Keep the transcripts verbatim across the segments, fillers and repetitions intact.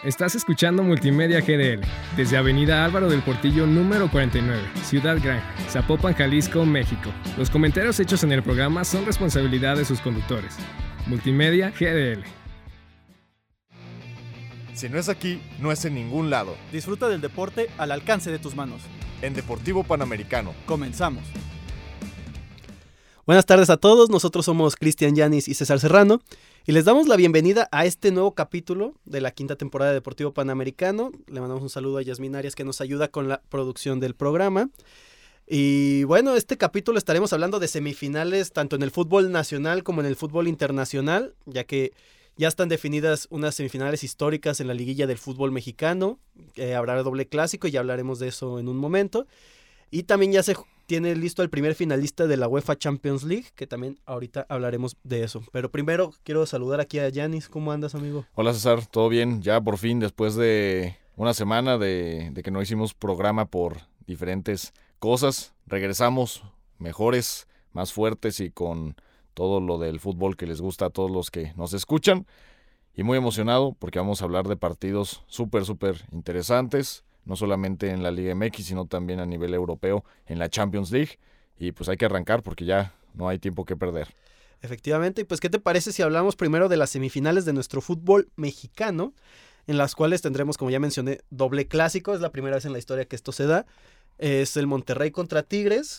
Estás escuchando Multimedia G D L, desde Avenida Álvaro del Portillo número cuarenta y nueve, Ciudad Gran, Zapopan, Jalisco, México. Los comentarios hechos en el programa son responsabilidad de sus conductores. Multimedia G D L. Si no es aquí, no es en ningún lado. Disfruta del deporte al alcance de tus manos. En Deportivo Panamericano. Comenzamos. Buenas tardes a todos, nosotros somos Cristian Yanis y César Serrano y les damos la bienvenida a este nuevo capítulo de la quinta temporada de Deportivo Panamericano. Le mandamos un saludo a Yasmin Arias que nos ayuda con la producción del programa. Y bueno, este capítulo estaremos hablando de semifinales tanto en el fútbol nacional como en el fútbol internacional, ya que ya están definidas unas semifinales históricas en la liguilla del fútbol mexicano. Eh, habrá doble clásico y ya hablaremos de eso en un momento. Y también ya se tiene listo el primer finalista de la UEFA Champions League, que también ahorita hablaremos de eso. Pero primero quiero saludar aquí a Yanis. ¿Cómo andas, amigo? Hola, César. ¿Todo bien? Ya por fin, después de una semana de, de que no hicimos programa por diferentes cosas, regresamos mejores, más fuertes y con todo lo del fútbol que les gusta a todos los que nos escuchan. Y muy emocionado porque vamos a hablar de partidos súper, súper interesantes. No solamente en la Liga M X, sino también a nivel europeo en la Champions League. Y pues hay que arrancar porque ya no hay tiempo que perder. Efectivamente, y pues ¿qué te parece si hablamos primero de las semifinales de nuestro fútbol mexicano? En las cuales tendremos, como ya mencioné, doble clásico. Es la primera vez en la historia que esto se da. Es el Monterrey contra Tigres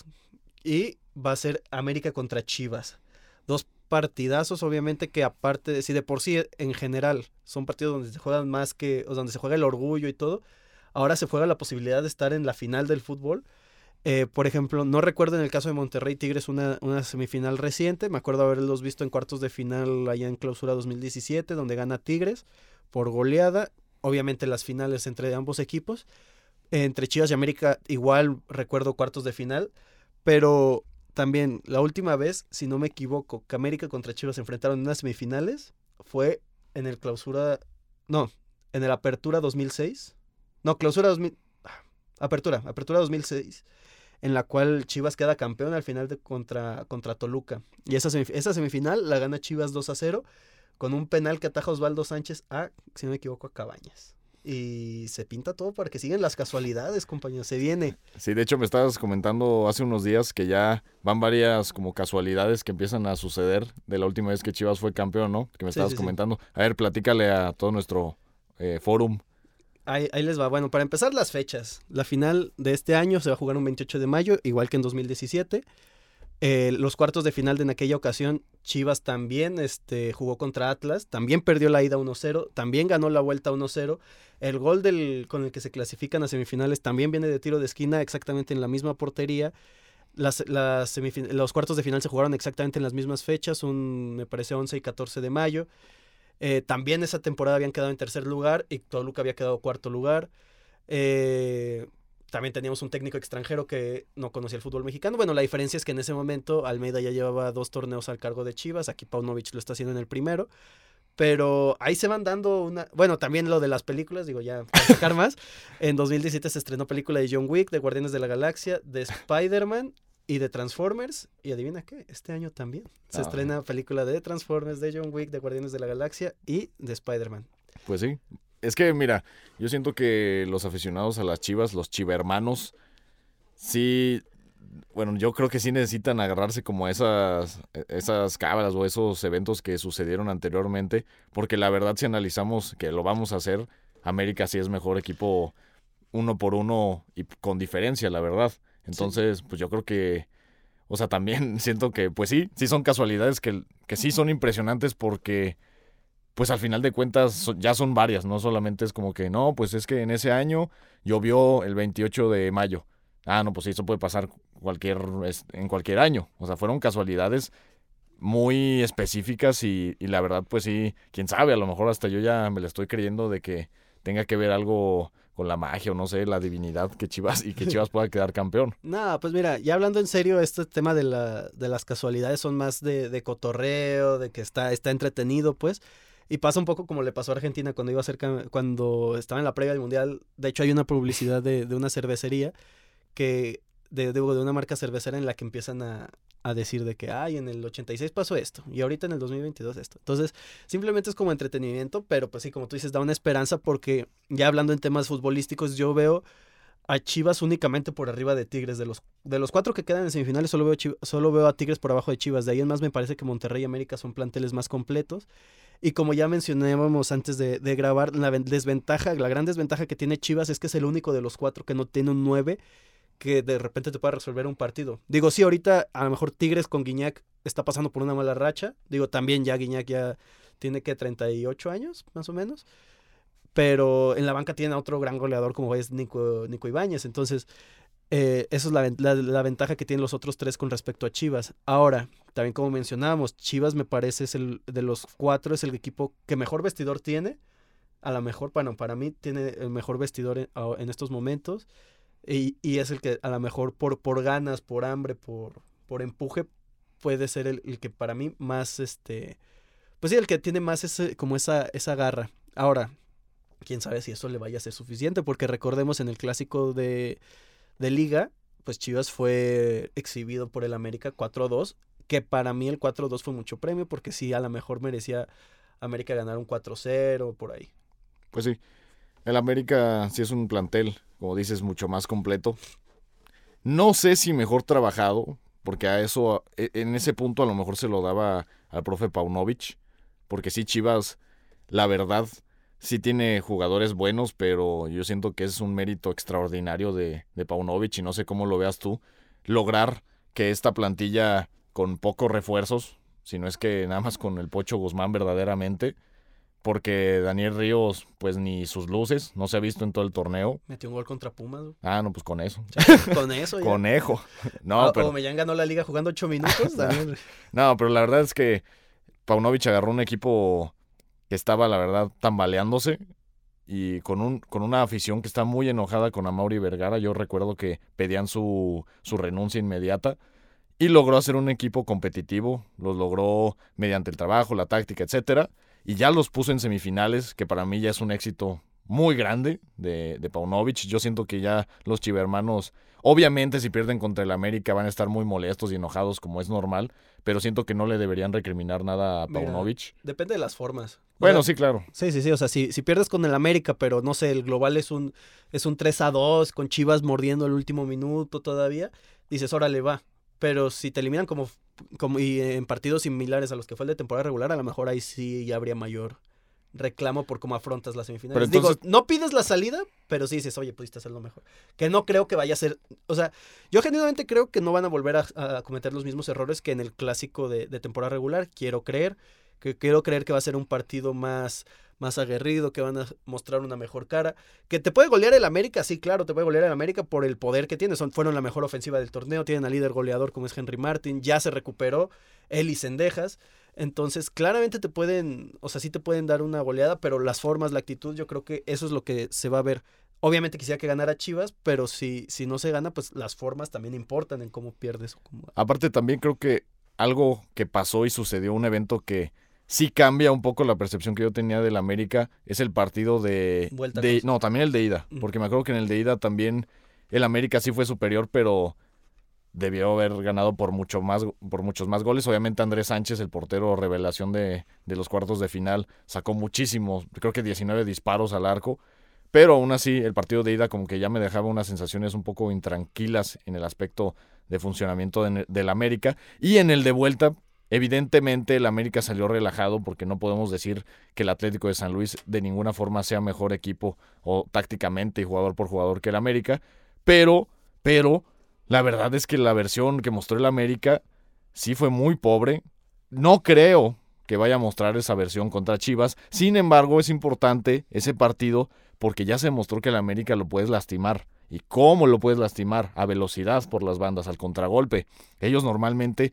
y va a ser América contra Chivas. Dos partidazos, obviamente, que aparte de si de por sí en general son partidos donde se juegan más que, o donde se juega el orgullo y todo, ahora se juega la posibilidad de estar en la final del fútbol. Eh, por ejemplo, no recuerdo en el caso de Monterrey Tigres una, una semifinal reciente. Me acuerdo haberlos visto en cuartos de final allá en Clausura dos mil diecisiete, donde gana Tigres por goleada. Obviamente las finales entre ambos equipos. Entre Chivas y América igual recuerdo cuartos de final. Pero también la última vez, si no me equivoco, que América contra Chivas se enfrentaron en unas semifinales fue en el Clausura... No, en el Apertura dos mil seis. No, Clausura dos mil... Apertura, Apertura dos mil seis, en la cual Chivas queda campeón al final de contra, contra Toluca. Y esa, semif- esa semifinal la gana Chivas dos a cero con un penal que ataja Osvaldo Sánchez a, si no me equivoco, a Cabañas. Y se pinta todo para que sigan las casualidades, compañeros. Se viene. Sí, de hecho me estabas comentando hace unos días que ya van varias como casualidades que empiezan a suceder de la última vez que Chivas fue campeón, ¿no? Que me Sí, estabas sí, comentando. Sí. A ver, platícale a todo nuestro eh, forum. Ahí, ahí les va. Bueno, para empezar las fechas. La final de este año se va a jugar un veintiocho de mayo, igual que en dos mil diecisiete. Eh, los cuartos de final de en aquella ocasión, Chivas también este, jugó contra Atlas. También perdió la ida uno cero. También ganó la vuelta uno cero. El gol del, con el que se clasifican a semifinales también viene de tiro de esquina, exactamente en la misma portería. Las, las semifin- los cuartos de final se jugaron exactamente en las mismas fechas, un, me parece once y catorce de mayo. Eh, también esa temporada habían quedado en tercer lugar y Toluca había quedado cuarto lugar. Eh, también teníamos un técnico extranjero que no conocía el fútbol mexicano. Bueno, la diferencia es que en ese momento Almeida ya llevaba dos torneos al cargo de Chivas. Aquí Paunovic lo está haciendo en el primero. Pero ahí se van dando una... Bueno, también lo de las películas, digo, ya para sacar más. En dos mil diecisiete se estrenó película de John Wick, de Guardianes de la Galaxia, de Spider-Man y de Transformers. Y adivina qué, este año también se ah. estrena película de Transformers, de John Wick, de Guardianes de la Galaxia y de Spider-Man. Pues sí. Es que, mira, yo siento que los aficionados a las Chivas, los chivermanos, sí... Bueno, yo creo que sí necesitan agarrarse como a esas, esas cábalas o esos eventos que sucedieron anteriormente, porque la verdad si analizamos que lo vamos a hacer, América sí es mejor equipo uno por uno y con diferencia, la verdad. Entonces, sí. Pues yo creo que, o sea, también siento que, pues sí, sí son casualidades que, que sí son impresionantes porque, pues al final de cuentas ya son varias, no solamente es como que, no, pues es que en ese año llovió el veintiocho de mayo. Ah, no, pues sí, eso puede pasar cualquier en cualquier año. O sea, fueron casualidades muy específicas y, y la verdad, pues sí, quién sabe, a lo mejor hasta yo ya me la estoy creyendo de que tenga que ver algo con la magia o no sé, la divinidad que Chivas y que Chivas pueda quedar campeón. No, pues mira, ya hablando en serio, este tema de, la, de las casualidades son más de, de cotorreo, de que está, está entretenido, pues. Y pasa un poco como le pasó a Argentina cuando iba a ser, cuando estaba en la previa del Mundial. De hecho, hay una publicidad de, de una cervecería que de, de, de una marca cervecera en la que empiezan a, a decir de que, ay, en el ochenta y seis pasó esto, y ahorita en el dos mil veintidós esto. Entonces, simplemente es como entretenimiento, pero pues sí, como tú dices, da una esperanza porque ya hablando en temas futbolísticos, yo veo a Chivas únicamente por arriba de Tigres. De los, de los cuatro que quedan en semifinales, solo veo, Chiv- solo veo a Tigres por abajo de Chivas. De ahí en más me parece que Monterrey y América son planteles más completos. Y como ya mencionábamos antes de, de grabar, la desventaja, la gran desventaja que tiene Chivas es que es el único de los cuatro que no tiene un nueve que de repente te pueda resolver un partido. Digo, sí, ahorita a lo mejor Tigres con Guiñac está pasando por una mala racha. Digo, también ya Guiñac ya tiene que treinta y ocho años, más o menos. Pero en la banca tiene a otro gran goleador como es Nico, Nico Ibáñez. Entonces, eh, esa es la, la, la ventaja que tienen los otros tres con respecto a Chivas. Ahora, también como mencionábamos, Chivas me parece es el de los cuatro, es el equipo que mejor vestidor tiene. A lo mejor, bueno, para mí tiene el mejor vestidor en, en estos momentos. Y, y es el que a lo mejor por, por ganas, por hambre, por, por empuje, puede ser el, el que para mí más, este, pues sí, el que tiene más ese, como esa, esa garra. Ahora, quién sabe si eso le vaya a ser suficiente, porque recordemos en el clásico de, de Liga, pues Chivas fue exhibido por el América cuatro dos, que para mí el cuatro dos fue mucho premio, porque sí, a lo mejor merecía América ganar un cuatro cero por ahí. Pues sí, el América sí es un plantel, como dices, mucho más completo. No sé si mejor trabajado, porque a eso, en ese punto a lo mejor se lo daba al profe Paunovic, porque sí, Chivas, la verdad, sí tiene jugadores buenos, pero yo siento que es un mérito extraordinario de, de Paunovic, y no sé cómo lo veas tú, lograr que esta plantilla con pocos refuerzos, si no es que nada más con el Pocho Guzmán verdaderamente, porque Daniel Ríos, pues ni sus luces, no se ha visto en todo el torneo. Metió un gol contra Pumas. Ah, no, pues con eso. Ya, con eso ya. Conejo. No, ah, pero... O Mellán ganó la liga jugando ocho minutos. También. No, pero la verdad es que Paunovic agarró un equipo que estaba, la verdad, tambaleándose y con un con una afición que está muy enojada con Amaury Vergara. Yo recuerdo que pedían su, su renuncia inmediata y logró hacer un equipo competitivo. Los logró mediante el trabajo, la táctica, etcétera. Y ya los puso en semifinales, que para mí ya es un éxito muy grande de, de Paunovic. Yo siento que ya los chivermanos, obviamente si pierden contra el América van a estar muy molestos y enojados como es normal, pero siento que no le deberían recriminar nada a Paunovic. Mira, depende de las formas. Bueno, o sea, sí, claro. Sí, sí, sí, o sea, si, si pierdes con el América, pero no sé, el global es un, es un tres a dos, con Chivas mordiendo el último minuto todavía, dices, órale, va. Pero si te eliminan como, como y en partidos similares a los que fue el de temporada regular, a lo mejor ahí sí ya habría mayor reclamo por cómo afrontas las semifinales. Pero entonces... Digo, no pides la salida, pero sí dices, oye, pudiste hacerlo mejor. Que no creo que vaya a ser... O sea, yo genuinamente creo que no van a volver a, a cometer los mismos errores que en el clásico de, de temporada regular. Quiero creer que quiero creer que va a ser un partido más... más aguerrido, que van a mostrar una mejor cara, que te puede golear el América, sí, claro, te puede golear el América por el poder que tiene, son, fueron la mejor ofensiva del torneo, tienen al líder goleador como es Henry Martin, ya se recuperó, él y Cendejas, entonces claramente te pueden, o sea, sí te pueden dar una goleada, pero las formas, la actitud, yo creo que eso es lo que se va a ver. Obviamente quisiera que ganara Chivas, pero si, si no se gana, pues las formas también importan en cómo pierdes. O cómo... Aparte también creo que algo que pasó y sucedió, un evento que sí cambia un poco la percepción que yo tenía del América, es el partido de... de no, también el de ida, uh-huh. Porque me acuerdo que en el de ida también el América sí fue superior, pero debió haber ganado por mucho más, por muchos más goles. Obviamente Andrés Sánchez, el portero revelación de, de los cuartos de final, sacó muchísimos, creo que diecinueve disparos al arco, pero aún así el partido de ida como que ya me dejaba unas sensaciones un poco intranquilas en el aspecto de funcionamiento de, del América, y en el de vuelta evidentemente el América salió relajado, porque no podemos decir que el Atlético de San Luis de ninguna forma sea mejor equipo o tácticamente y jugador por jugador que el América, pero, pero la verdad es que la versión que mostró el América sí fue muy pobre. No creo que vaya a mostrar esa versión contra Chivas, sin embargo es importante ese partido porque ya se mostró que el América lo puedes lastimar. ¿Y cómo lo puedes lastimar? A velocidad por las bandas, al contragolpe. Ellos normalmente,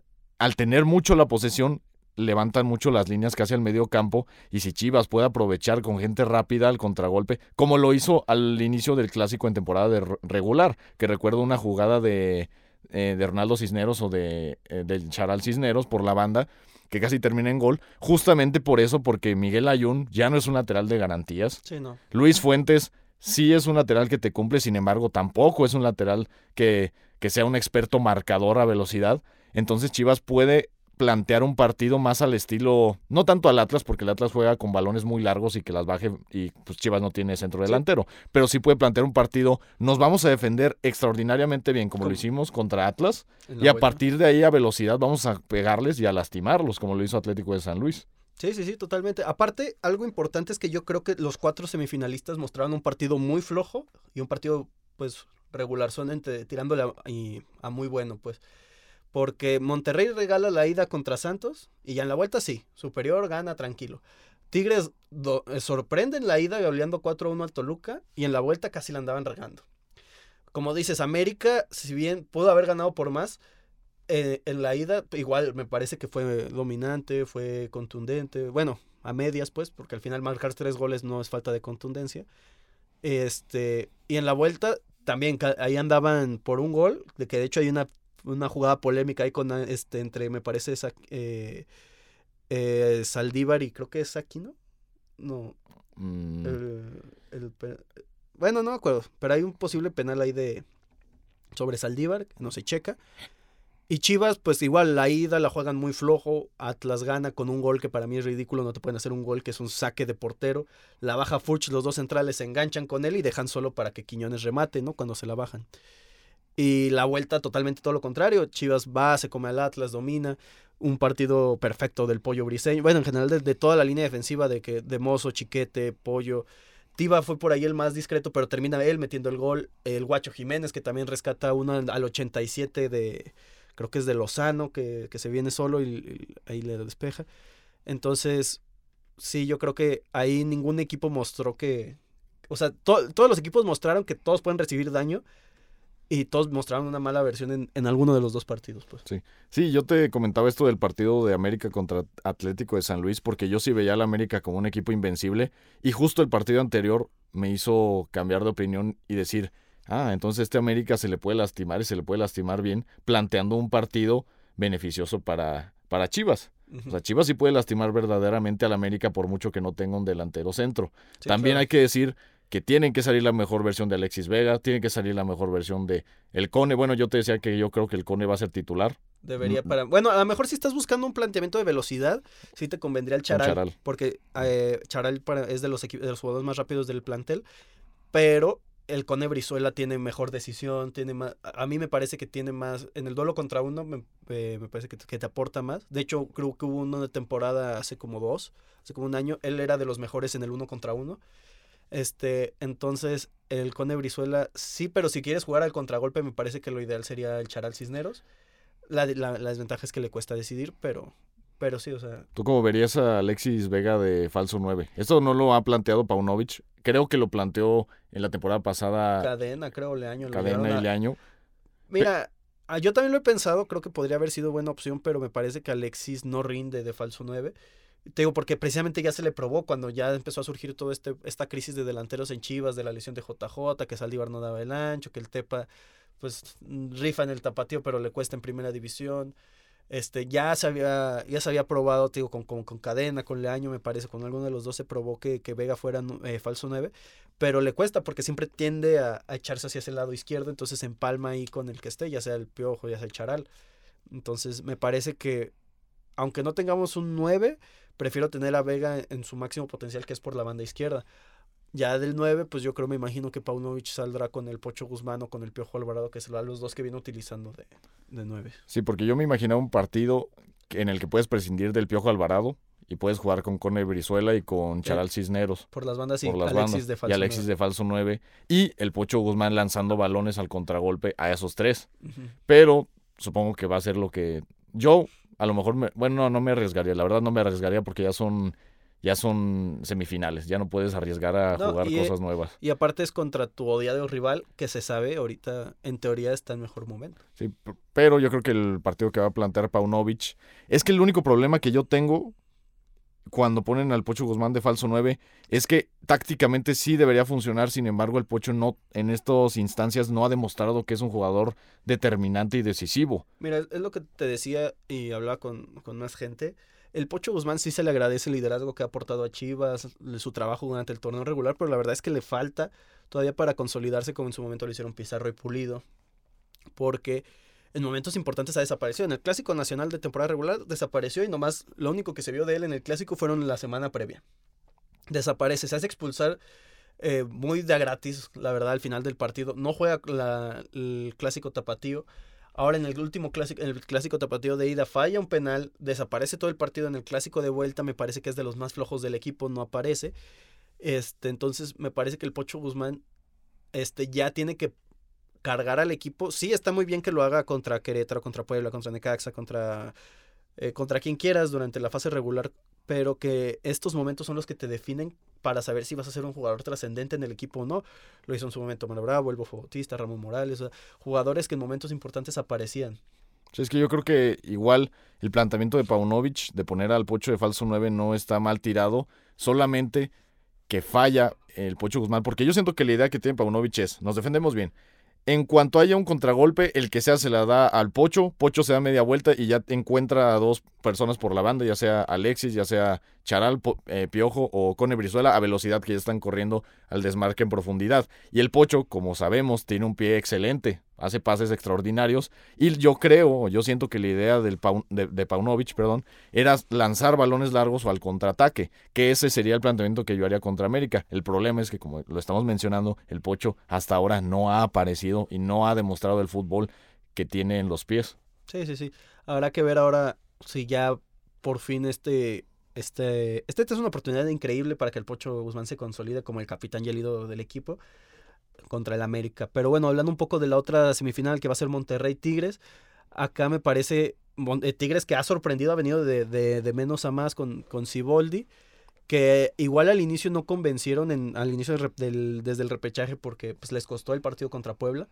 al tener mucho la posesión, levantan mucho las líneas casi al medio campo, y si Chivas puede aprovechar con gente rápida al contragolpe, como lo hizo al inicio del clásico en temporada de regular, que recuerdo una jugada de, eh, de Ronaldo Cisneros o de eh, del Charal Cisneros por la banda, que casi termina en gol, justamente por eso, porque Miguel Ayun ya no es un lateral de garantías. Sí, no. Luis Fuentes sí es un lateral que te cumple, sin embargo, tampoco es un lateral que, que sea un experto marcador a velocidad. Entonces Chivas puede plantear un partido más al estilo, no tanto al Atlas, porque el Atlas juega con balones muy largos y que las baje, y pues Chivas no tiene centro delantero, sí. Pero sí puede plantear un partido, nos vamos a defender extraordinariamente bien, como ¿Cómo? Lo hicimos contra Atlas, y a vuelta. Partir de ahí a velocidad vamos a pegarles y a lastimarlos, como lo hizo Atlético de San Luis. Sí, sí, sí, totalmente. Aparte, algo importante es que yo creo que los cuatro semifinalistas mostraron un partido muy flojo y un partido, pues, regular, son entre, tirándole a, y, a muy bueno, pues. Porque Monterrey regala la ida contra Santos y ya en la vuelta sí, superior, gana tranquilo. Tigres do, eh, sorprenden la ida goleando cuatro a uno al Toluca y en la vuelta casi la andaban regando. Como dices, América, si bien pudo haber ganado por más, eh, en la ida igual me parece que fue dominante, fue contundente. Bueno, a medias pues, porque al final marcar tres goles no es falta de contundencia. Este, y en la vuelta también ahí andaban por un gol, de que de hecho hay una una jugada polémica ahí con este entre me parece esa, eh, eh, Saldívar y creo que es Aquino no mm. el, el, bueno no me acuerdo, pero hay un posible penal ahí de sobre Saldívar, no se checa. Y Chivas pues igual la ida la juegan muy flojo, Atlas gana con un gol que para mí es ridículo, no te pueden hacer un gol que es un saque de portero, la baja Furch, los dos centrales se enganchan con él y dejan solo para que Quiñones remate, ¿no? Cuando se la bajan. Y la vuelta totalmente todo lo contrario. Chivas va, se come al Atlas, domina. Un partido perfecto del Pollo Briseño. Bueno, en general de, de toda la línea defensiva de que de Mozo, Chiquete, Pollo. Tiva fue por ahí el más discreto, pero termina él metiendo el gol. El Guacho Jiménez, que también rescata uno al ochenta y siete de, creo que es de Lozano, que, que se viene solo y, y ahí le despeja. Entonces, sí, yo creo que ahí ningún equipo mostró que... O sea, to, todos los equipos mostraron que todos pueden recibir daño. Y todos mostraron una mala versión en, en alguno de los dos partidos, pues. Sí. Sí, yo te comentaba esto del partido de América contra Atlético de San Luis, porque yo sí veía a la América como un equipo invencible, y justo el partido anterior me hizo cambiar de opinión y decir, ah, entonces este América se le puede lastimar y se le puede lastimar bien, planteando un partido beneficioso para, para Chivas. Uh-huh. O sea, Chivas sí puede lastimar verdaderamente a la América por mucho que no tenga un delantero centro. Sí, También claro. Hay que decir que tienen que salir la mejor versión de Alexis Vega, tiene que salir la mejor versión de el Cone. Bueno, yo te decía que yo creo que el Cone va a ser titular. Debería para... Bueno, a lo mejor si estás buscando un planteamiento de velocidad, sí te convendría el Charal, Charal. Porque eh, Charal para, es de los, equi- de los jugadores más rápidos del plantel, pero el Cone Brizuela tiene mejor decisión, tiene más... A mí me parece que tiene más... En el duelo contra uno me, eh, me parece que, que te aporta más. De hecho, creo que hubo una temporada hace como dos, hace como un año, él era de los mejores en el uno contra uno. Este, entonces, el Cone Brizuela, sí, pero si quieres jugar al contragolpe, me parece que lo ideal sería el Charal Cisneros. La, la, la desventaja es que le cuesta decidir, pero, pero sí, o sea... ¿Tú cómo verías a Alexis Vega de falso nueve? Esto no lo ha planteado Paunovic. Creo que lo planteó en la temporada pasada. Cadena, creo, Leaño. Cadena y Leaño. Mira, Pe- yo también lo he pensado, creo que podría haber sido buena opción, pero me parece que Alexis no rinde de falso nueve. Te digo, porque precisamente ya se le probó cuando ya empezó a surgir toda este, esta crisis de delanteros en Chivas, de la lesión de J J, que Saldívar no daba el ancho, que el Tepa pues rifa en el tapatío, pero le cuesta en primera división. Este, ya se había, ya se había probado, te digo, con, con, con Cadena, con Leaño, me parece, con alguno de los dos se probó que, que Vega fuera eh, falso nueve, pero le cuesta porque siempre tiende a, a echarse hacia ese lado izquierdo, entonces se empalma ahí con el que esté, ya sea el Piojo, ya sea el Charal. Entonces me parece que, aunque no tengamos un nueve, prefiero tener a Vega en, en su máximo potencial, que es por la banda izquierda. Ya del nueve, pues yo creo, me imagino que Paunovic saldrá con el Pocho Guzmán o con el Piojo Alvarado, que serán los dos que viene utilizando de, de nueve. Sí, porque yo me imaginaba un partido en el que puedes prescindir del Piojo Alvarado y puedes jugar con Cone Brizuela y con Charal eh, Cisneros. Por las bandas, sí, por las Alexis bandas, de falso y Alexis nueve. de falso nueve. Y el Pocho Guzmán lanzando balones al contragolpe a esos tres. Uh-huh. Pero supongo que va a ser lo que... Yo, a lo mejor, me... bueno, no, no me arriesgaría. La verdad no me arriesgaría porque ya son... Ya son semifinales, ya no puedes arriesgar a no, jugar y, cosas nuevas. Y aparte es contra tu odiado rival, que se sabe ahorita, en teoría, está en mejor momento. Sí, pero yo creo que el partido que va a plantear Paunovic, es que el único problema que yo tengo cuando ponen al Pocho Guzmán de falso nueve, es que tácticamente sí debería funcionar, sin embargo el Pocho no, en estas instancias no ha demostrado que es un jugador determinante y decisivo. Mira, es lo que te decía y hablaba con, con más gente. el Pocho Guzmán sí se le agradece el liderazgo que ha aportado a Chivas, su trabajo durante el torneo regular, pero la verdad es que le falta todavía para consolidarse como en su momento lo hicieron Pizarro y Pulido, porque en momentos importantes ha desaparecido. En el Clásico Nacional de temporada regular desapareció y nomás lo único que se vio de él en el Clásico fueron la semana previa. Desaparece, se hace expulsar eh, muy de a gratis, la verdad, al final del partido. No juega la, el Clásico Tapatío. Ahora en el último clásico, el Clásico Tapatío de ida falla un penal, desaparece todo el partido. En el Clásico de vuelta me parece que es de los más flojos del equipo, no aparece. Este, entonces me parece que el Pocho Guzmán este, ya tiene que cargar al equipo. Sí, está muy bien que lo haga contra Querétaro, contra Puebla, contra Necaxa, contra, eh, contra quien quieras durante la fase regular, pero que estos momentos son los que te definen para saber si vas a ser un jugador trascendente en el equipo o no. Lo hizo en su momento Mano Bravo, el Bofo Bautista, Ramón Morales, o sea, jugadores que en momentos importantes aparecían. Sí, es que yo creo que igual el planteamiento de Paunovic de poner al Pocho de falso nueve no está mal tirado, solamente que falla el Pocho Guzmán, porque yo siento que la idea que tiene Paunovic es, nos defendemos bien. En cuanto haya un contragolpe, el que sea se la da al Pocho, Pocho se da media vuelta y ya encuentra a dos personas por la banda, ya sea Alexis, ya sea Charal, eh, Piojo o Cone Brizuela, a velocidad que ya están corriendo al desmarque en profundidad. Y el Pocho, como sabemos, tiene un pie excelente, hace pases extraordinarios y yo creo, yo siento que la idea del Pau, de, de Paunovic, perdón, era lanzar balones largos o al contraataque, que ese sería el planteamiento que yo haría contra América. El problema es que, como lo estamos mencionando, el Pocho hasta ahora no ha aparecido y no ha demostrado el fútbol que tiene en los pies. Sí, sí, sí. Habrá que ver ahora si ya por fin este... Este, este es una oportunidad increíble para que el Pocho Guzmán se consolide como el capitán y el ídolo del equipo contra el América. Pero bueno, hablando un poco de la otra semifinal que va a ser Monterrey Tigres, acá me parece Tigres que ha sorprendido, ha venido de, de, de menos a más con, con Siboldi, que igual al inicio no convencieron en, al inicio del, del, desde el repechaje porque pues, les costó el partido contra Puebla.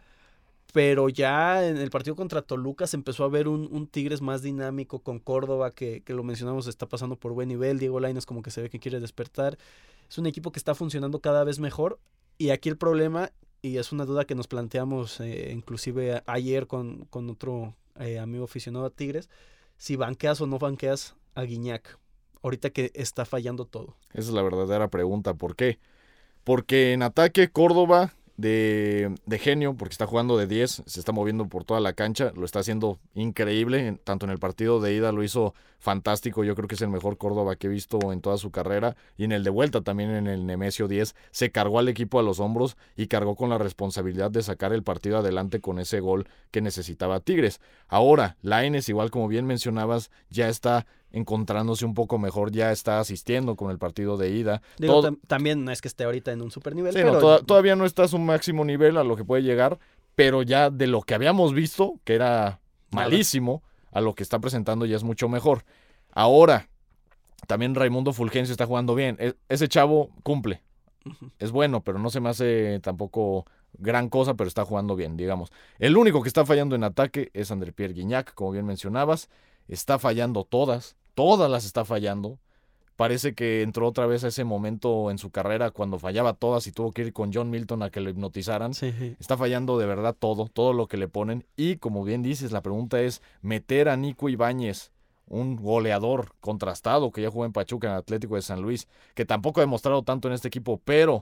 Pero ya en el partido contra Toluca se empezó a ver un, un Tigres más dinámico con Córdoba, que, que lo mencionamos, está pasando por buen nivel. Diego Lainez como que se ve que quiere despertar. Es un equipo que está funcionando cada vez mejor. Y aquí el problema, y es una duda que nos planteamos eh, inclusive ayer con, con otro eh, amigo aficionado a Tigres, si banqueas o no banqueas a Guiñac, ahorita que está fallando todo. Esa es la verdadera pregunta. ¿Por qué? Porque en ataque Córdoba... De, de genio, porque está jugando de diez, se está moviendo por toda la cancha, lo está haciendo increíble, tanto en el partido de ida lo hizo fantástico, yo creo que es el mejor Córdoba que he visto en toda su carrera, y en el de vuelta también en el Nemesio diez, se cargó al equipo a los hombros y cargó con la responsabilidad de sacar el partido adelante con ese gol que necesitaba Tigres. Ahora, Lainez, igual como bien mencionabas, ya está encontrándose un poco mejor, ya está asistiendo con el partido de ida. Digo, Todo... tam- también no es que esté ahorita en un super nivel, sí, pero... no, to- todavía no está a su máximo nivel a lo que puede llegar, pero ya de lo que habíamos visto, que era malísimo, a lo que está presentando ya es mucho mejor. Ahora, también Raimundo Fulgencio está jugando bien. E- ese chavo cumple. Uh-huh. Es bueno, pero no se me hace tampoco gran cosa, pero está jugando bien, digamos. El único que está fallando en ataque es André Pierre Guignac, como bien mencionabas. Está fallando todas, todas las está fallando. Parece que entró otra vez a ese momento en su carrera cuando fallaba todas y tuvo que ir con John Milton a que lo hipnotizaran. Sí. Está fallando de verdad todo, todo lo que le ponen. Y como bien dices, la pregunta es meter a Nico Ibáñez, un goleador contrastado que ya jugó en Pachuca, en Atlético de San Luis, que tampoco ha demostrado tanto en este equipo, pero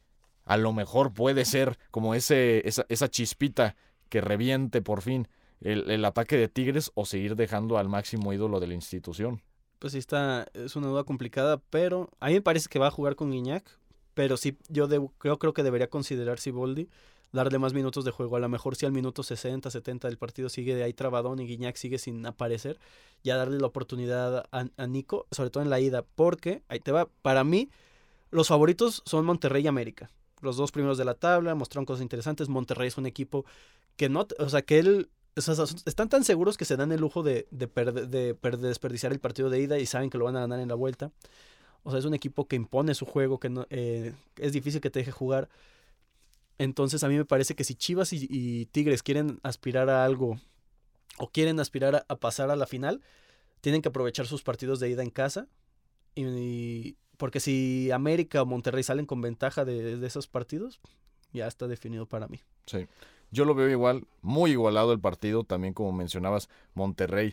a lo mejor puede ser como ese, esa, esa chispita que reviente por fin el, el ataque de Tigres, o seguir dejando al máximo ídolo de la institución. Pues sí, está, es una duda complicada, pero a mí me parece que va a jugar con Guiñac, pero sí, yo de, creo, creo que debería considerar Siboldi, darle más minutos de juego. A lo mejor si al minuto sesenta, setenta del partido sigue de ahí trabadón y Guiñac sigue sin aparecer, ya darle la oportunidad a, a Nico, sobre todo en la ida, porque, ahí te va, para mí, los favoritos son Monterrey y América. Los dos primeros de la tabla, mostraron cosas interesantes. Monterrey es un equipo que no, o sea, que él... O sea, están tan seguros que se dan el lujo de, de, perder, de, perder, de desperdiciar el partido de ida y saben que lo van a ganar en la vuelta. O sea, es un equipo que impone su juego, que no, eh, es difícil que te deje jugar. Entonces a mí me parece que si Chivas y, y Tigres quieren aspirar a algo o quieren aspirar a, a pasar a la final, tienen que aprovechar sus partidos de ida en casa. Y, y, porque si América o Monterrey salen con ventaja de, de esos partidos, ya está definido para mí. Sí. Yo lo veo igual, muy igualado el partido, también como mencionabas, Monterrey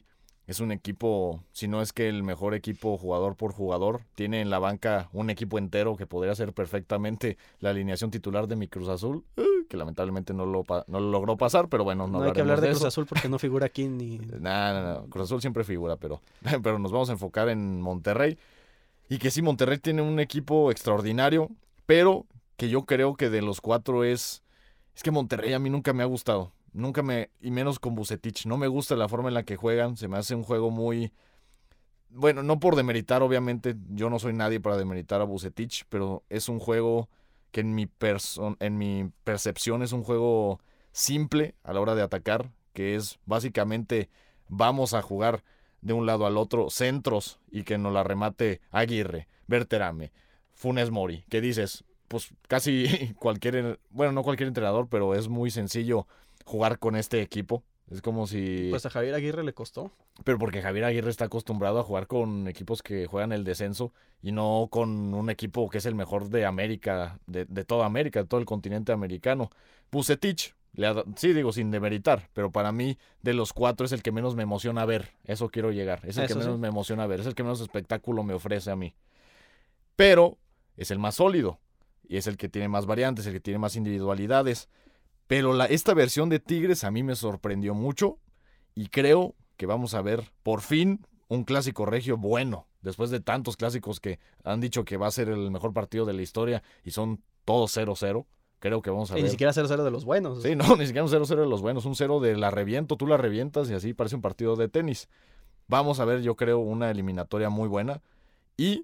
es un equipo, si no es que el mejor equipo jugador por jugador, tiene en la banca un equipo entero que podría ser perfectamente la alineación titular de mi Cruz Azul, que lamentablemente no lo, pa- no lo logró pasar, pero bueno, no, No hay que hablar hablaremos de de Cruz eso. Azul porque no figura aquí ni... No, no, no, Cruz Azul siempre figura, pero, pero nos vamos a enfocar en Monterrey. Y que sí, Monterrey tiene un equipo extraordinario, pero que yo creo que de los cuatro es... Es que Monterrey a mí nunca me ha gustado. Nunca me... Y menos con Vucetich. No me gusta la forma en la que juegan. Se me hace un juego muy... Bueno, no por demeritar, obviamente. Yo no soy nadie para demeritar a Vucetich, pero es un juego que en mi, perso- en mi percepción es un juego simple a la hora de atacar, que es básicamente vamos a jugar de un lado al otro centros y que nos la remate Aguirre, Berterame, Funes Mori, que dices, pues casi cualquier, bueno, no cualquier entrenador, pero es muy sencillo jugar con este equipo. Es como si... Pues a Javier Aguirre le costó. Pero porque Javier Aguirre está acostumbrado a jugar con equipos que juegan el descenso y no con un equipo que es el mejor de América, de, de toda América, de todo el continente americano. Vucetich, le ha da- sí digo sin demeritar, pero para mí de los cuatro es el que menos me emociona ver. Eso quiero llegar. Es el que Eso menos sí. me emociona ver. Es el que menos espectáculo me ofrece a mí. Pero es el más sólido y es el que tiene más variantes, el que tiene más individualidades. Pero la, esta versión de Tigres a mí me sorprendió mucho y creo que vamos a ver por fin un clásico regio bueno. Después de tantos clásicos que han dicho que va a ser el mejor partido de la historia y son todos cero cero, creo que vamos a Y ver. ni siquiera cero cero de los buenos. Sí, no, ni siquiera un cero cero de los buenos, un cero de la reviento, tú la revientas y así parece un partido de tenis. Vamos a ver, yo creo, una eliminatoria muy buena y...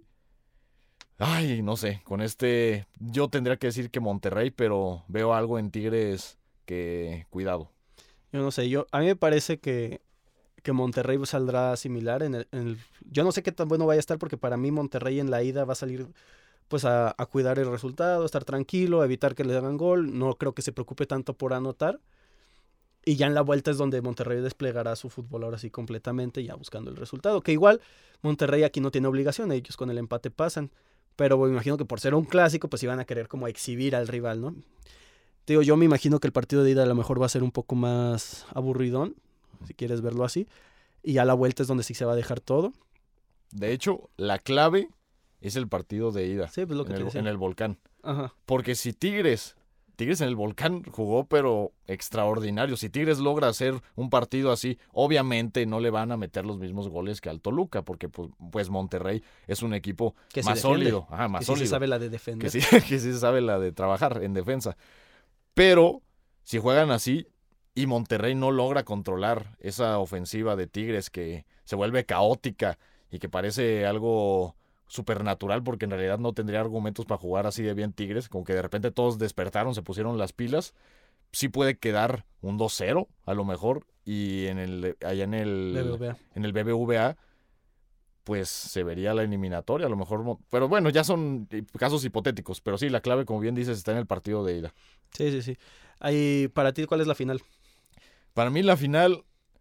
Ay, no sé, con este yo tendría que decir que Monterrey, pero veo algo en Tigres que cuidado. Yo no sé, yo, a mí me parece que, que Monterrey saldrá similar en el, en el- Yo no sé qué tan bueno vaya a estar porque para mí Monterrey en la ida va a salir pues a, a cuidar el resultado, a estar tranquilo, a evitar que le hagan gol. No creo que se preocupe tanto por anotar. Y ya en la vuelta es donde Monterrey desplegará su fútbol ahora sí completamente, ya buscando el resultado. Que igual Monterrey aquí no tiene obligación, ellos con el empate pasan. Pero me imagino que por ser un clásico, pues iban a querer como exhibir al rival, ¿no? Te Digo, yo me imagino que el partido de ida a lo mejor va a ser un poco más aburridón, si quieres verlo así. Y ya la vuelta es donde sí se va a dejar todo. De hecho, la clave es el partido de ida Sí, pues lo que en te el, decía. en el Volcán. Ajá. Porque si Tigres, Tigres en el Volcán jugó pero extraordinario. Si Tigres logra hacer un partido así, obviamente no le van a meter los mismos goles que al Toluca, porque pues, pues Monterrey es un equipo Que se más defiende, sólido, ajá, más Que sí sólido. se sabe la de defender. que sí, que sí se sabe la de trabajar en defensa. Pero si juegan así y Monterrey no logra controlar esa ofensiva de Tigres que se vuelve caótica y que parece algo supernatural porque en realidad no tendría argumentos para jugar así de bien Tigres, como que de repente todos despertaron, se pusieron las pilas, sí puede quedar un dos cero a lo mejor y en el allá en el B B V A. en el B B V A pues se vería la eliminatoria, a lo mejor, Mon- pero bueno, ya son eh, casos hipotéticos, pero sí, la clave, como bien dices, está en el partido de ida. Sí, sí, sí. Ahí, para ti, ¿cuál es la final? Para mí la final,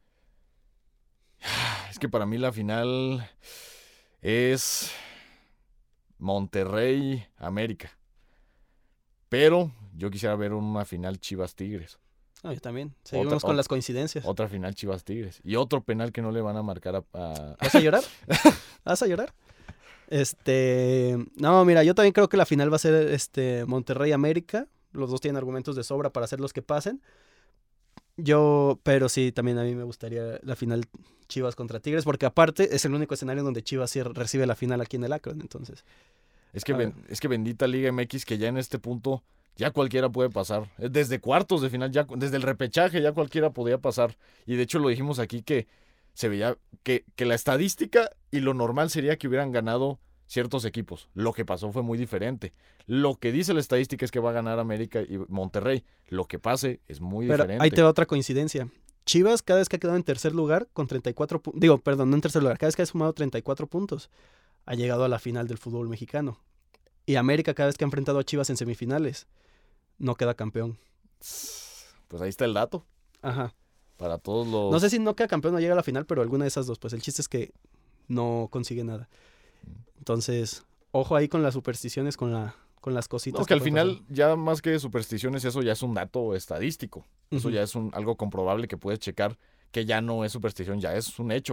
es que para mí la final es Monterrey América, pero yo quisiera ver una final Chivas Tigres, Ah, yo también. Seguimos Otra- con ot- las coincidencias. otra final Chivas Tigres y otro penal que no le van a marcar a... a- ¿Vas a llorar? ¿Vas a llorar? Este, no, mira, yo también creo que la final va a ser este Monterrey América. Los dos tienen argumentos de sobra para hacer los que pasen. Yo, pero sí, también a mí me gustaría la final Chivas contra Tigres, porque aparte es el único escenario donde Chivas sí recibe la final aquí en el Akron, entonces. Es que, A ben- es que bendita Liga M X que ya en este punto ya cualquiera puede pasar. Eh, Desde cuartos de final, ya, desde el repechaje ya cualquiera podía pasar. Y de hecho lo dijimos aquí que se veía que, que la estadística y lo normal sería que hubieran ganado ciertos equipos. Lo que pasó fue muy diferente. Lo que dice la estadística es que va a ganar América y Monterrey. Lo que pase es muy Pero diferente. ahí te va otra coincidencia. Chivas, cada vez que ha quedado en tercer lugar con treinta y cuatro puntos, digo, perdón, no en tercer lugar, cada vez que ha sumado treinta y cuatro puntos, ha llegado a la final del fútbol mexicano. Y América, cada vez que ha enfrentado a Chivas en semifinales, no queda campeón. Pues ahí está el dato. Ajá. Para todos los... No sé si no queda campeón o llega a la final, pero alguna de esas dos. Pues el chiste es que no consigue nada. Entonces, ojo ahí con las supersticiones, con la con las cositas. No, que al pueden final, pasar. ya más que supersticiones, eso ya es un dato estadístico. Eso Ujú. ya es un, algo comprobable que puedes checar, que ya no es superstición, ya es un hecho.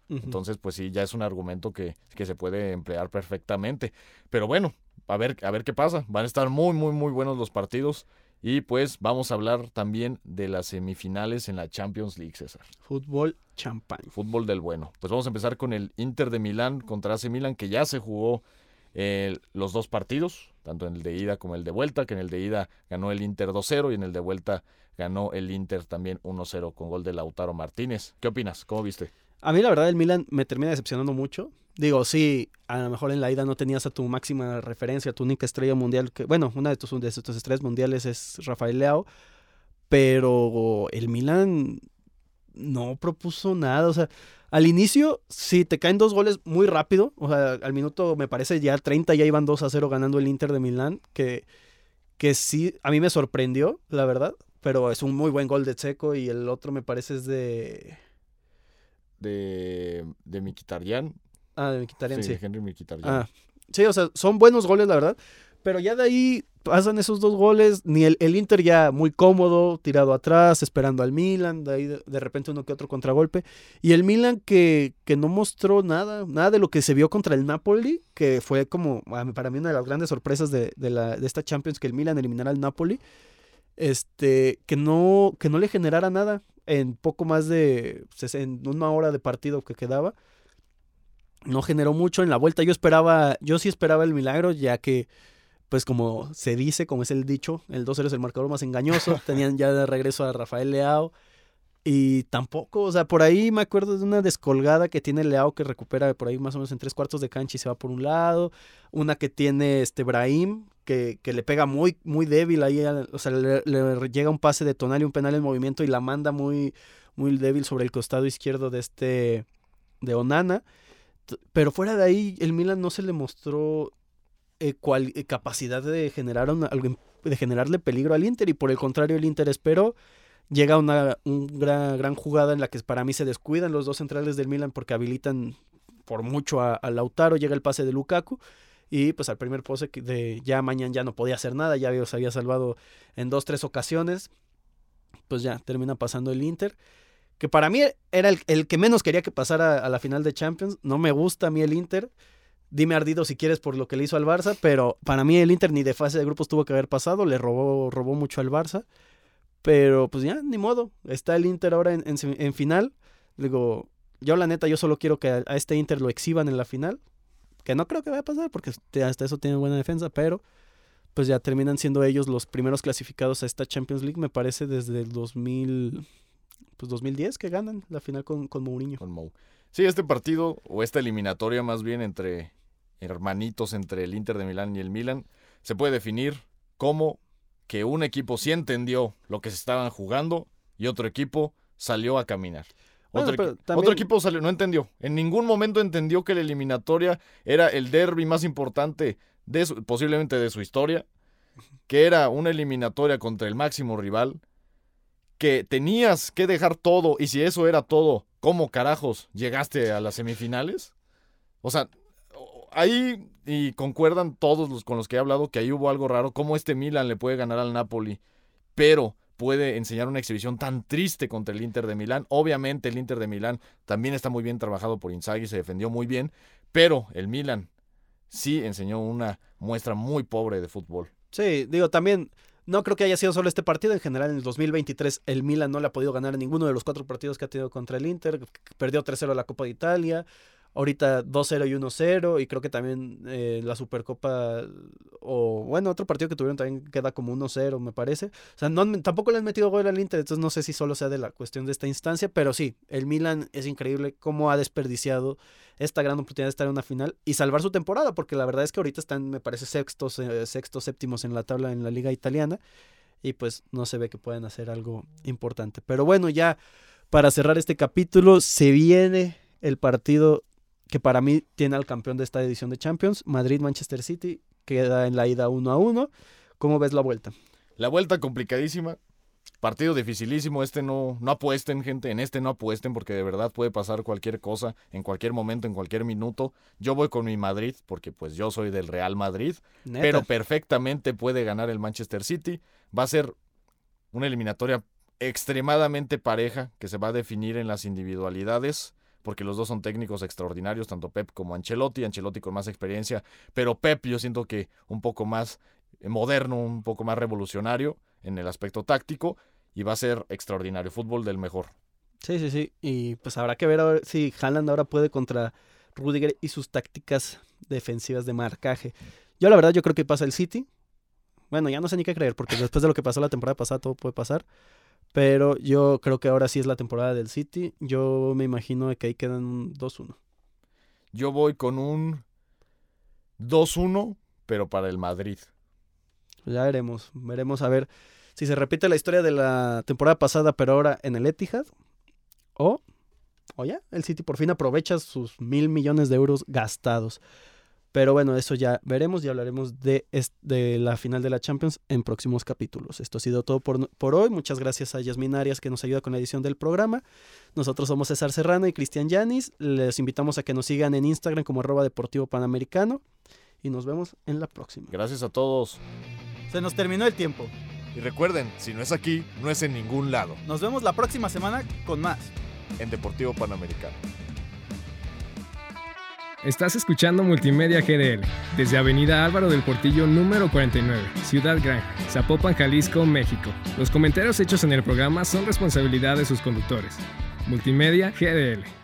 Uh-huh. Entonces, pues sí, ya es un argumento que, que se puede emplear perfectamente. Pero bueno, a ver, a ver qué pasa. Van a estar muy, muy, muy buenos los partidos. Y pues vamos a hablar también de las semifinales en la Champions League, César. Fútbol champán. Fútbol del bueno. Pues vamos a empezar con el Inter de Milán contra A C Milan, que ya se jugó eh, los dos partidos, tanto en el de ida como el de vuelta, que en el de ida ganó el Inter dos cero y en el de vuelta ganó el Inter también uno cero con gol de Lautaro Martínez. ¿Qué opinas? ¿Cómo viste? A mí la verdad el Milan me termina decepcionando mucho. Digo, sí, a lo mejor en la ida no tenías a tu máxima referencia, a tu única estrella mundial, que bueno, una de tus, de tus estrellas mundiales es Rafael Leao, pero el Milan no propuso nada, o sea, al inicio sí te caen dos goles muy rápido, o sea, al minuto me parece ya treinta ya iban dos a cero ganando el Inter de Milán, que, que sí, a mí me sorprendió, la verdad, pero es un muy buen gol de Dzeko y el otro me parece es de... De, de Mkhitaryan. Ah, de Mkhitaryan, sí. Sí, de Henry Mkhitaryan. Ah, sí, o sea, son buenos goles, la verdad. Pero ya de ahí pasan esos dos goles. Ni el, el Inter ya muy cómodo, tirado atrás, esperando al Milan. De ahí de, de repente uno que otro contragolpe. Y el Milan que, que no mostró nada, nada de lo que se vio contra el Napoli, que fue como para mí una de las grandes sorpresas de, de, la, de esta Champions, que el Milan eliminara al Napoli. Este, que no, que no le generara nada en poco más de en una hora de partido que quedaba. No generó mucho en la vuelta. Yo esperaba, yo sí esperaba el milagro, ya que, pues como se dice, como es el dicho, el dos cero es el marcador más engañoso. Tenían ya de regreso a Rafael Leao. Y tampoco, o sea, por ahí me acuerdo de una descolgada que tiene Leao que recupera por ahí más o menos en tres cuartos de cancha y se va por un lado. Una que tiene este Brahim, que, que le pega muy, muy débil ahí, o sea, le, le llega un pase de Tonali, un penal en movimiento y la manda muy, muy débil sobre el costado izquierdo de este, de Onana. Pero fuera de ahí, el Milan no se le mostró eh, cual, eh, capacidad de generar una, de generarle peligro al Inter, y por el contrario el Inter esperó. Llega una, una gran, gran jugada en la que para mí se descuidan los dos centrales del Milan porque habilitan por mucho a, a Lautaro. Llega el pase de Lukaku y pues al primer pose de ya mañana ya no podía hacer nada, ya se había salvado en dos, tres ocasiones. Pues ya termina pasando el Inter, que para mí era el, el que menos quería que pasara a la final de Champions. No me gusta a mí el Inter. Dime ardido si quieres por lo que le hizo al Barça, pero para mí el Inter ni de fase de grupos tuvo que haber pasado. Le robó, robó mucho al Barça. Pero pues ya, ni modo. Está el Inter ahora en, en, en final. Digo, yo la neta, yo solo quiero que a, a este Inter lo exhiban en la final. Que no creo que vaya a pasar porque hasta eso tiene buena defensa, pero pues ya terminan siendo ellos los primeros clasificados a esta Champions League, me parece, desde el dos mil, pues dos mil diez que ganan la final con, con Mourinho. Con Mou. Sí, este partido, o esta eliminatoria más bien entre hermanitos, entre el Inter de Milán y el Milan, se puede definir como que un equipo sí entendió lo que se estaban jugando y otro equipo salió a caminar. Bueno, otro, pero también... otro equipo salió, no entendió. En ningún momento entendió que la eliminatoria era el derbi más importante de su, posiblemente de su historia, que era una eliminatoria contra el máximo rival, que tenías que dejar todo, y si eso era todo, ¿cómo carajos llegaste a las semifinales? O sea, ahí, y concuerdan todos los con los que he hablado, que ahí hubo algo raro, cómo este Milan le puede ganar al Napoli, pero puede enseñar una exhibición tan triste contra el Inter de Milán. Obviamente el Inter de Milán también está muy bien trabajado por Inzaghi, se defendió muy bien, pero el Milan sí enseñó una muestra muy pobre de fútbol. Sí, digo, también no creo que haya sido solo este partido. En general, en el dos mil veintitrés el Milan no le ha podido ganar a ninguno de los cuatro partidos que ha tenido contra el Inter. Perdió tres cero la Copa de Italia, ahorita dos cero y uno cero, y creo que también eh, la Supercopa, o bueno, otro partido que tuvieron también queda como uno cero, me parece. O sea, no, tampoco le han metido gol al Inter, entonces no sé si solo sea de la cuestión de esta instancia, pero sí, el Milan es increíble cómo ha desperdiciado esta gran oportunidad de estar en una final y salvar su temporada, porque la verdad es que ahorita están, me parece, sextos, eh, sextos, séptimos en la tabla en la liga italiana, y pues no se ve que puedan hacer algo importante. Pero bueno, ya para cerrar este capítulo, se viene el partido que para mí tiene al campeón de esta edición de Champions, Madrid-Manchester City, queda en la ida uno a uno. ¿Cómo ves la vuelta? La vuelta complicadísima, partido dificilísimo. Este no, no apuesten, gente, en este no apuesten, porque de verdad puede pasar cualquier cosa, en cualquier momento, en cualquier minuto. Yo voy con mi Madrid, porque pues yo soy del Real Madrid, ¿neta? Pero perfectamente puede ganar el Manchester City. Va a ser una eliminatoria extremadamente pareja, que se va a definir en las individualidades. porque los dos son técnicos extraordinarios, tanto Pep como Ancelotti, Ancelotti con más experiencia, pero Pep yo siento que un poco más moderno, un poco más revolucionario en el aspecto táctico, y va a ser extraordinario, fútbol del mejor. Sí, sí, sí, y pues habrá que ver ahora si Haaland ahora puede contra Rüdiger y sus tácticas defensivas de marcaje. Yo la verdad yo creo que pasa el City. Bueno, ya no sé ni qué creer, porque después de lo que pasó la temporada pasada todo puede pasar. Pero yo creo que ahora sí es la temporada del City. Yo me imagino que ahí quedan un dos uno. Yo voy con un dos uno, pero para el Madrid. Ya veremos, veremos a ver si se repite la historia de la temporada pasada, pero ahora en el Etihad. O, o ya, el City por fin aprovecha sus mil millones de euros gastados. Pero bueno, eso ya veremos y hablaremos de, de la final de la Champions en próximos capítulos. Esto ha sido todo por, por hoy. Muchas gracias a Yasmin Arias que nos ayuda con la edición del programa. Nosotros somos César Serrano y Cristian Yanis. Les invitamos a que nos sigan en Instagram como arroba Deportivo Panamericano. Y nos vemos en la próxima. Gracias a todos. Se nos terminó el tiempo. Y recuerden, si no es aquí, no es en ningún lado. Nos vemos la próxima semana con más. En Deportivo Panamericano. Estás escuchando Multimedia G D L, desde Avenida Álvaro del Portillo número cuarenta y nueve, Ciudad Gran, Zapopan, Jalisco, México. Los comentarios hechos en el programa son responsabilidad de sus conductores. Multimedia G D L.